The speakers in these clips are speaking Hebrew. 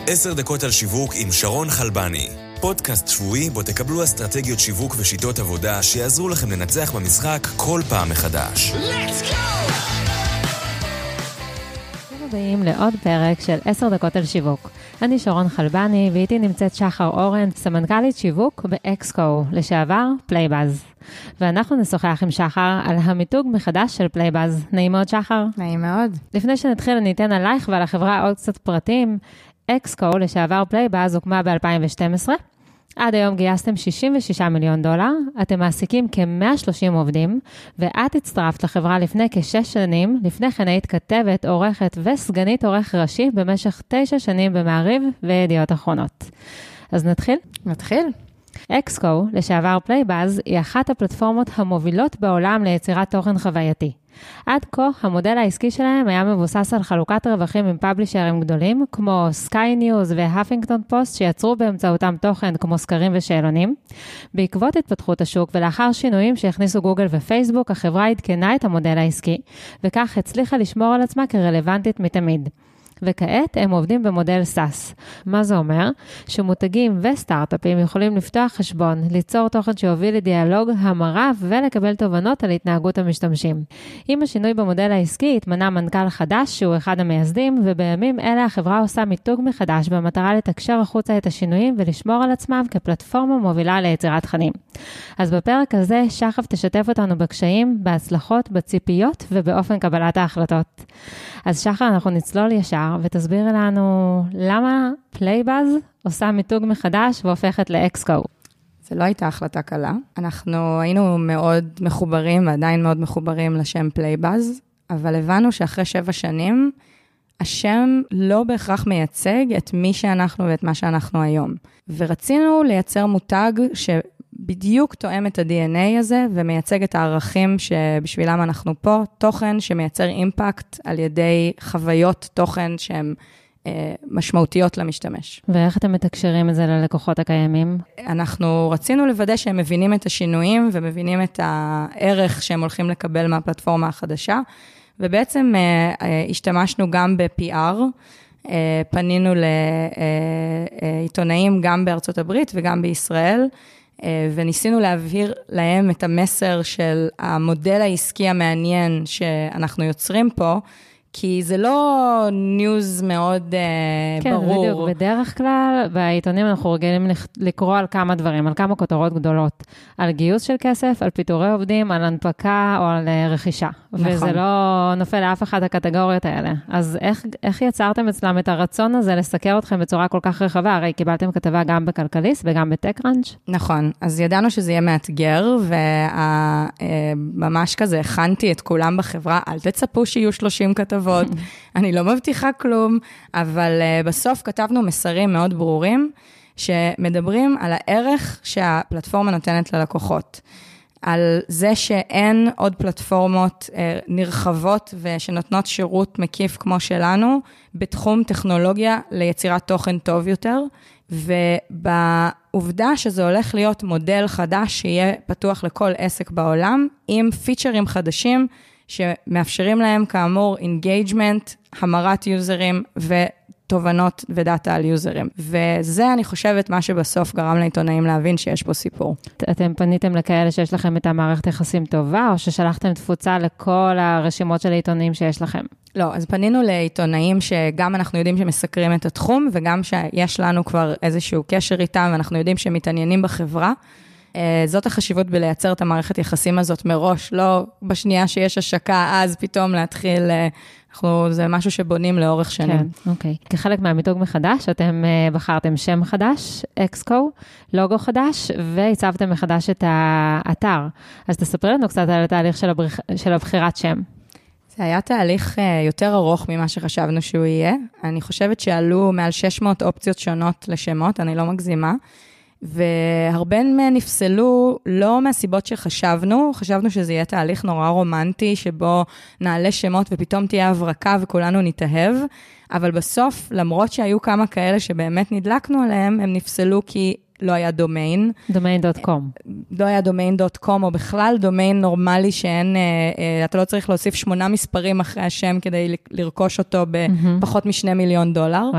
10 דקות על שיווק עם שרון חלבני. פודקאסט שבועי בו תקבלו אסטרטגיות שיווק ושיטות עבודה שיעזרו לכם לנצח במשחק כל פעם מחדש. Let's go! הבאים לעוד פרק של 10 דקות על שיווק. אני שרון חלבני ואיתי נמצאת שחר אורן, סמנכ"לית שיווק באקסקו, לשעבר פלייבאז. ואנחנו נשוחח עם שחר על המיתוג מחדש של פלייבאז. נעים מאוד שחר. נעים מאוד. לפני שנתחיל אני אתן עלייך ועל החברה עוד קצת פרטים. אקסקו, לשעבר פלייבאז, הוקמה ב-2012. עד היום גייסתם $66 מיליון, אתם מעסיקים כ-130 עובדים, ואת הצטרפת לחברה לפני כ6 שנים, לפני כן היית כתבת, עורכת וסגנית עורך ראשי במשך 9 שנים במעריב וידיעות אחרונות. אז נתחיל? נתחיל. אקסקו, לשעבר פלייבאז, היא אחת הפלטפורמות המובילות בעולם ליצירת תוכן חווייתי. עד כה, המודל העסקי שלהם היה מבוסס על חלוקת רווחים עם פאבלישרים גדולים, כמו סקיי ניוז והפינגטון פוסט, שיצרו באמצעותם תוכן כמו סקרים ושאלונים. בעקבות התפתחות השוק ולאחר שינויים שהכניסו גוגל ופייסבוק, החברה עדכנה את המודל העסקי, וכך הצליחה לשמור על עצמה כרלוונטית מתמיד. וכעת הם עובדים במודל SaaS. מה זה אומר? שמותגים וסטארט-אפים יכולים לפתוח חשבון, ליצור תוכן שיוביל לדיאלוג המרה ולקבל תובנות על התנהגות המשתמשים. עם השינוי במודל העסקי התמנה מנכ"ל חדש שהוא אחד המייסדים, ובימים אלה החברה עושה מיתוג מחדש במטרה לתקשר החוצה את השינויים ולשמור על עצמם כפלטפורמה מובילה ליצירת תכנים. אז בפרק הזה שחף תשתף אותנו בקשיים, בהצלחות, בציפיות ובאופן קבלת ההחלטות. אז שחר, אנחנו נצלול ישר ותסבירי לנו למה פלייבאז עושה מיתוג מחדש והופכת לאקסקו. זה לא הייתה החלטה קלה. אנחנו היינו מאוד מחוברים ועדיין מאוד מחוברים לשם פלייבאז, אבל הבנו שאחרי 7 שנים, השם לא בהכרח מייצג את מי שאנחנו ואת מה שאנחנו היום. ורצינו לייצר מותג שבדיוק תואם את ה-DNA הזה, ומייצג את הערכים שבשבילם אנחנו פה, תוכן שמייצר אימפקט על ידי חוויות תוכן שהן משמעותיות למשתמש. ואיך אתם מתקשרים את זה ללקוחות הקיימים? אנחנו רצינו לוודא שהם מבינים את השינויים, ומבינים את הערך שהם הולכים לקבל מהפלטפורמה החדשה, ובעצם השתמשנו גם ב-PR, פנינו לעיתונאים גם בארצות הברית וגם בישראל, וניסינו להבהיר להם את המסר של המודל העסקי המעניין שאנחנו יוצרים פה, כי זה לא ניוז מאוד ברור. כן, בדיוק. בדרך כלל, בעיתונים אנחנו רגילים לקרוא על כמה דברים, על כמה כותרות גדולות. על גיוס של כסף, על פיטורי עובדים, על הנפקה או על רכישה. נכון. וזה לא נופל לאף אחד הקטגוריות האלה. אז איך יצרתם אצלם את הרצון הזה לסקר אתכם בצורה כל כך רחבה? הרי קיבלתם כתבה גם בכלכליסט וגם בטק-ראנץ'. נכון. אז ידענו שזה יהיה מאתגר, וממש כזה הכנתי את כולם בחברה, אל תצפו שיהיו 30 כתבות. אני לא מבטיחה כלום, אבל בסוף כתבנו מסרים מאוד ברורים, שמדברים על הערך שהפלטפורמה נותנת ללקוחות. על זה שאין עוד פלטפורמות נרחבות ושנותנות שירות מקיף כמו שלנו, בתחום טכנולוגיה ליצירת תוכן טוב יותר, ובעובדה שזה הולך להיות מודל חדש שיהיה פתוח לכל עסק בעולם, עם פיצ'רים חדשים, שמאפשרים להם כאמור אינגייג'מנט, המרת יוזרים ותובנות ודאטה על יוזרים. וזה אני חושבת מה שבסוף גרם לעיתונאים להבין שיש פה סיפור. אתם פניתם לכאלה שיש לכם את המערכת יחסים טובה, או ששלחתם תפוצה לכל הרשימות של העיתונאים שיש לכם? לא, אז פנינו לעיתונאים שגם אנחנו יודעים שמסקרים את התחום, וגם שיש לנו כבר איזשהו קשר איתם, ואנחנו יודעים שהם מתעניינים בחברה. זאת החשיבות בלייצר את המערכת יחסים הזאת מראש, לא בשנייה שיש השקה, אז פתאום להתחיל, זה משהו שבונים לאורך שנים. כן, אוקיי. כחלק מהמיתוג מחדש, אתם בחרתם שם חדש, אקסקו, לוגו חדש, והצבתם מחדש את האתר. אז תספרי לנו קצת על התהליך של הבחירת שם. זה היה תהליך יותר ארוך ממה שחשבנו שהוא יהיה. אני חושבת שעלו מעל 600 אופציות שונות לשמות, אני לא מגזימה. והרבה מהן נפסלו לא מהסיבות שחשבנו, חשבנו שזה יהיה תהליך נורא רומנטי, שבו נעלה שמות ופתאום תהיה הברקה וכולנו נתאהב, אבל בסוף, למרות שהיו כמה כאלה שבאמת נדלקנו עליהם, הם נפסלו כי לא היה דומיין. domain.com. לא היה domain.com, או בכלל דומיין נורמלי שאין, אתה לא צריך להוסיף 8 מספרים אחרי השם כדי לרכוש אותו בפחות $2 מיליון. וואו.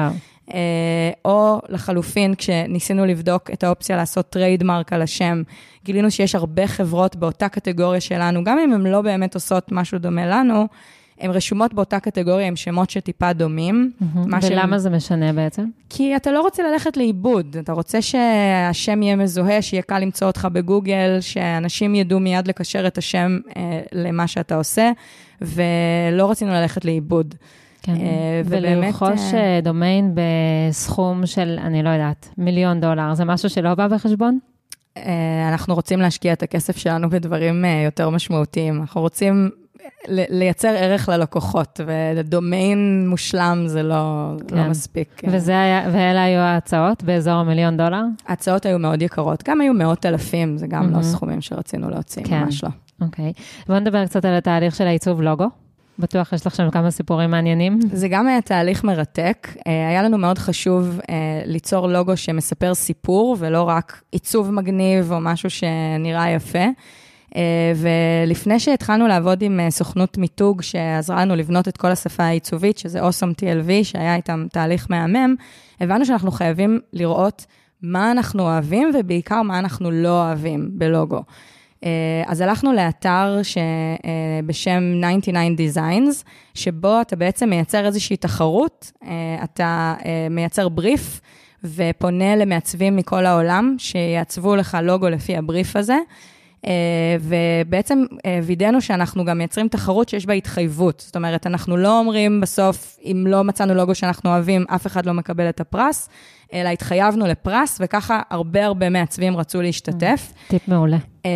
או לחלופין, כשניסינו לבדוק את האופציה לעשות טריידמרק על השם, גילינו שיש הרבה חברות באותה קטגוריה שלנו, גם אם הן לא באמת עושות משהו דומה לנו, הן רשומות באותה קטגוריה עם שמות שטיפה דומים. ולמה זה משנה בעצם? כי אתה לא רוצה ללכת לאיבוד, אתה רוצה שהשם יהיה מזוהה, שיהיה קל למצוא אותך בגוגל, שאנשים ידעו מיד לקשר את השם למה שאתה עושה, ולא רצינו ללכת לאיבוד. כן, ולרכוש דומיין בסכום של, אני לא יודעת, $1,000,000, זה משהו שלא בא בחשבון? אנחנו רוצים להשקיע את הכסף שלנו בדברים יותר משמעותיים, אנחנו רוצים לייצר ערך ללקוחות, ודומיין מושלם זה לא מספיק. ואלה היו ההצעות באזור $1,000,000? ההצעות היו מאוד יקרות, גם היו 100,000, זה גם לא סכומים שרצינו להוציא, ממש לא. אוקיי, בואו נדבר קצת על התהליך של העיצוב לוגו. בטוח יש לך שם כמה סיפורים מעניינים. זה גם היה תהליך מרתק. היה לנו מאוד חשוב ליצור לוגו שמספר סיפור, ולא רק עיצוב מגניב או משהו שנראה יפה. ולפני שהתחלנו לעבוד עם סוכנות מיתוג, שעזרה לנו לבנות את כל השפה העיצובית, שזה Awesome TLV, שהיה איתם תהליך מהמם, הבנו שאנחנו חייבים לראות מה אנחנו אוהבים, ובעיקר מה אנחנו לא אוהבים בלוגו. אז הלכנו לאתר בשם 99 Designs, שבו אתה בעצם מייצר איזושהי תחרות, אתה מייצר בריף, ופונה למעצבים מכל העולם, שיעצבו לך לוגו לפי הבריף הזה, ובעצם וידאנו שאנחנו גם מייצרים תחרות שיש בה התחייבות, זאת אומרת, אנחנו לא אומרים בסוף, אם לא מצאנו לוגו שאנחנו אוהבים, אף אחד לא מקבל את הפרס, אלא התחייבנו לפרס, וככה הרבה מעצבים רצו להשתתף. טיפ מעולה.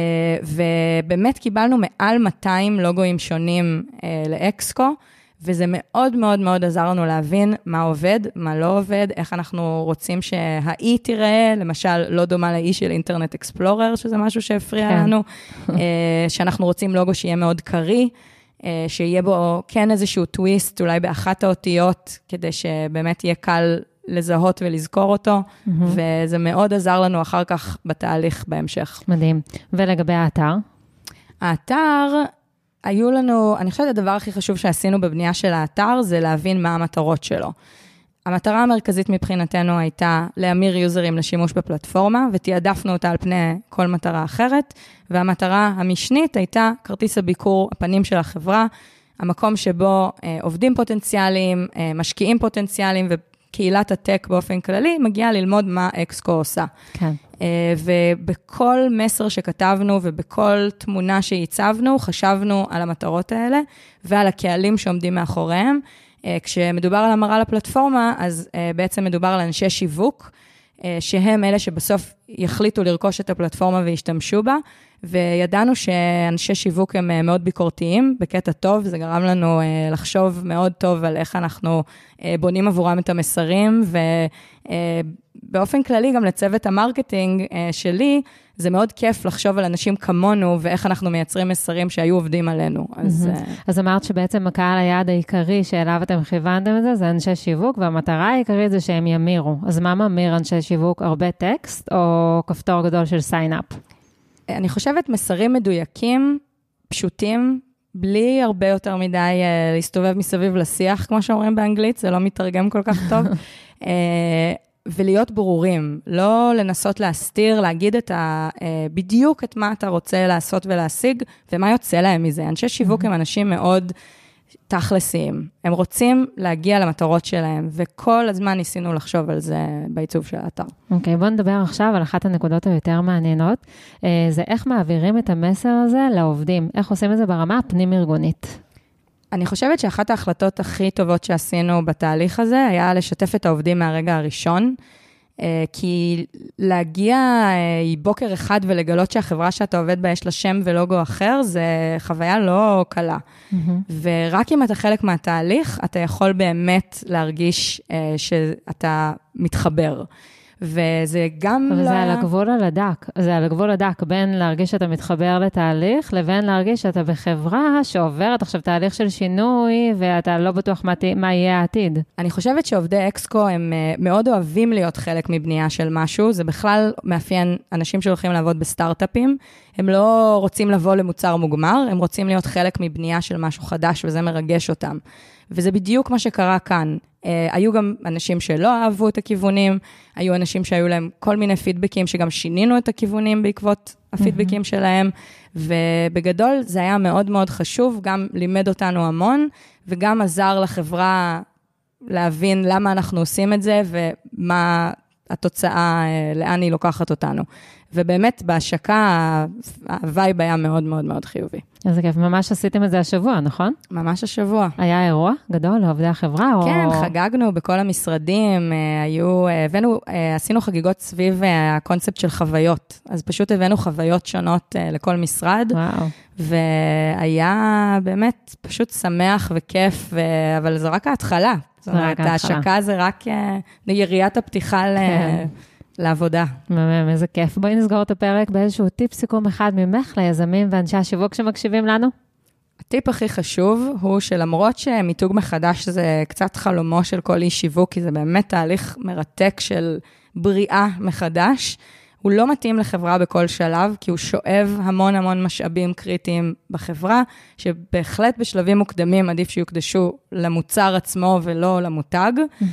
ובאמת קיבלנו מעל 200 לוגוים שונים לאקסקו, וזה מאוד עזר לנו להבין מה עובד, מה לא עובד, איך אנחנו רוצים שהאי תיראה, למשל, לא דומה לאי של אינטרנט אקספלורר, שזה משהו שהפריע לנו, שאנחנו רוצים לוגו שיהיה מאוד קרי, שיהיה בו כן איזשהו טוויסט, אולי באחת האותיות, כדי שבאמת יהיה קל לזהות ולזכור אותו, וזה מאוד עזר לנו אחר כך בתהליך בהמשך. מדהים. ולגבי האתר? האתר, היו לנו, אני חושבת הדבר הכי חשוב שעשינו בבנייה של האתר, זה להבין מה המטרות שלו. המטרה המרכזית מבחינתנו הייתה להמיר יוזרים לשימוש בפלטפורמה, ותיעדפנו אותה על פני כל מטרה אחרת, והמטרה המשנית הייתה כרטיס הביקור, הפנים של החברה, המקום שבו עובדים פוטנציאליים, משקיעים פוטנציאליים, וקהילת הטק באופן כללי, מגיעה ללמוד מה אקסקו עושה. כן. ובכל מסר שכתבנו ובכל תמונה שהצבנו, חשבנו על המטרות האלה ועל הקהלים שעומדים מאחוריהם. כשמדובר על המרה לפלטפורמה, אז בעצם מדובר על אנשי שיווק, שהם אלה שבסוף יחליטו לרכוש את הפלטפורמה וישתמשו בה, וידענו שאנשי שיווק הם מאוד ביקורתיים, בקטע טוב, זה גרם לנו לחשוב מאוד טוב על איך אנחנו בונים עבורם את המסרים, ובאופן כללי גם לצוות המרקטינג שלי, זה מאוד כיף לחשוב על אנשים כמונו, ואיך אנחנו מייצרים מסרים שהיו עובדים עלינו. אז אמרת שבעצם הקהל היעד העיקרי שאליו אתם כיוונתם את זה, זה אנשי שיווק, והמטרה העיקרית זה שהם ימירו. אז מה ממיר אנשי שיווק? הרבה טקסט, או כפתור גדול של sign-up? אני חושבת מסרים מדויקים, פשוטים, בלי הרבה יותר מדי להסתובב מסביב לשיח, כמו שאומרים באנגלית, זה לא מתרגם כל כך טוב, ולהיות ברורים, לא לנסות להסתיר, להגיד בדיוק את מה אתה רוצה לעשות ולהשיג, ומה יוצא להם מזה. אנשי שיווק הם אנשים מאוד תכלסיים, הם רוצים להגיע למטרות שלהם, וכל הזמן ניסינו לחשוב על זה בעיצוב של האתר. אוקיי, בואו נדבר עכשיו על אחת הנקודות היותר מעניינות, זה איך מעבירים את המסר הזה לעובדים, איך עושים את זה ברמה הפנים-ארגונית. אני חושבת שאחת ההחלטות הכי טובות שעשינו בתהליך הזה, היה לשתף את העובדים מהרגע הראשון, כי להגיע בוקר אחד ולגלות שהחברה שאתה עובד בה יש לה שם ולוגו אחר, זה חוויה לא קלה. ורק אם אתה חלק מהתהליך, אתה יכול באמת להרגיש שאתה מתחבר. וזה גם וזה על הגבול הדק, זה על הגבול הדק בין להרגיש שאתה מתחבר לתהליך, לבין להרגיש שאתה בחברה שעוברת עכשיו תהליך של שינוי, ואתה לא בטוח מה יהיה העתיד. אני חושבת שעובדי אקסקו הם מאוד אוהבים להיות חלק מבנייה של משהו, זה בכלל מאפיין אנשים שהולכים לעבוד בסטארט-אפים, הם לא רוצים לבוא למוצר מוגמר, הם רוצים להיות חלק מבנייה של משהו חדש, וזה מרגש אותם. וזה בדיוק מה שקרה כאן. היו גם אנשים שלא אהבו את הכיוונים, היו אנשים שהיו להם כל מיני פידבקים, שגם שינינו את הכיוונים בעקבות הפידבקים שלהם, ובגדול זה היה מאוד מאוד חשוב, גם לימד אותנו המון, וגם עזר לחברה להבין למה אנחנו עושים את זה, ומה התוצאה, לאן היא לוקחת אותנו. ובאמת בהשקה, הווייב היה מאוד מאוד מאוד חיובי. איזה כיף, ממש עשיתם את זה השבוע, נכון? ממש השבוע. היה אירוע גדול לעובדי החברה? כן, חגגנו בכל המשרדים, עשינו חגיגות סביב הקונספט של חוויות, אז פשוט הבאנו חוויות שונות לכל משרד, והיה באמת פשוט שמח וכיף, אבל זו רק ההתחלה. זאת אומרת, ההשקה זה רק יריית הפתיחה לעבודה. איזה כיף. בואי נסגור את הפרק באיזשהו טיפ סיכום אחד ממך ליזמים ואנשי השיווק שמקשיבים לנו. הטיפ הכי חשוב הוא שלמרות שמיתוג מחדש זה קצת חלומו של כל איש שיווק, כי זה באמת תהליך מרתק של בריאה מחדש, הוא לא מתאים לחברה בכל שלב, כי הוא שואב המון המון משאבים קריטיים בחברה, שבהחלט בשלבים מוקדמים עדיף שיוקדשו למוצר עצמו ולא למותג.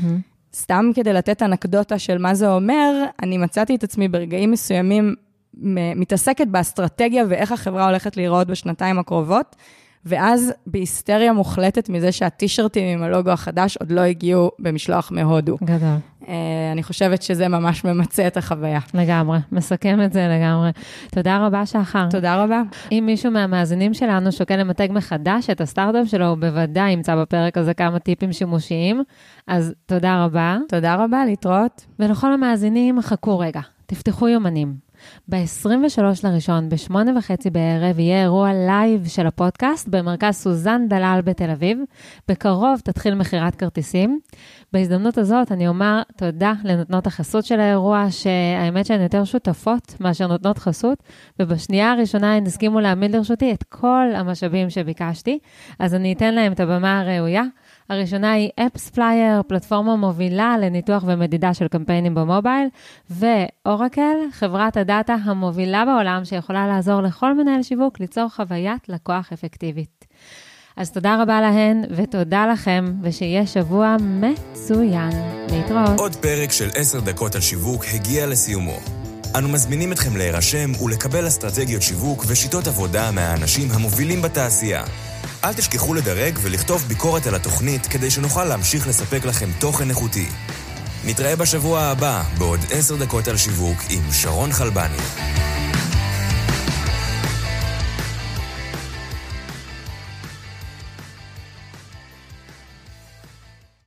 סתם כדי לתת אנקדוטה של מה זה אומר, אני מצאתי את עצמי ברגעים מסוימים, מתעסקת באסטרטגיה ואיך החברה הולכת להיראות בשנתיים הקרובות, ואז בהיסטריה מוחלטת מזה שהטישרטים עם הלוגו החדש עוד לא הגיעו במשלוח מהודו. גדול. אני חושבת שזה ממש ממצא את החוויה. לגמרי, מסכם את זה לגמרי. תודה רבה שחר. תודה רבה. אם מישהו מהמאזינים שלנו שוקל למתג מחדש את הסטארט-אפ שלו, הוא בוודאי ימצא בפרק הזה כמה טיפים שימושיים, אז תודה רבה. תודה רבה, להתראות. ולכל המאזינים, חכו רגע, תפתחו יומנים. ב-23 לראשון, ב-8:30 בערב, יהיה אירוע לייב של הפודקאסט במרכז סוזן דלל בתל אביב. בקרוב תתחיל מחירת כרטיסים. בהזדמנות הזאת אני אומר תודה לנותנות החסות של האירוע, שהאמת שהן יותר שותפות מאשר נותנות חסות, ובשנייה הראשונה הן הסכימו להעמיד לרשותי את כל המשאבים שביקשתי, אז אני אתן להם את הבמה הראויה. הראשונה היא אפספלייר, פלטפורמה מובילה לניתוח ומדידה של קמפיינים במובייל, ואורקל, חברת הדאטה המובילה בעולם שיכולה לעזור לכל מנהל שיווק ליצור חוויית לקוח אפקטיבית. אז תודה רבה להן ותודה לכם, ושיהיה שבוע מצוין. להתראות. עוד פרק של 10 דקות על שיווק הגיע לסיומו. אנו מזמינים אתכם להירשם ולקבל אסטרטגיות שיווק ושיטות עבודה מהאנשים המובילים בתעשייה. אל תשכחו לדרג ולכתוב ביקורת על התוכנית כדי שנוכל להמשיך לספק לכם תוכן איכותי. נתראה בשבוע הבא בעוד 10 דקות על שיווק עם שרון חלבני.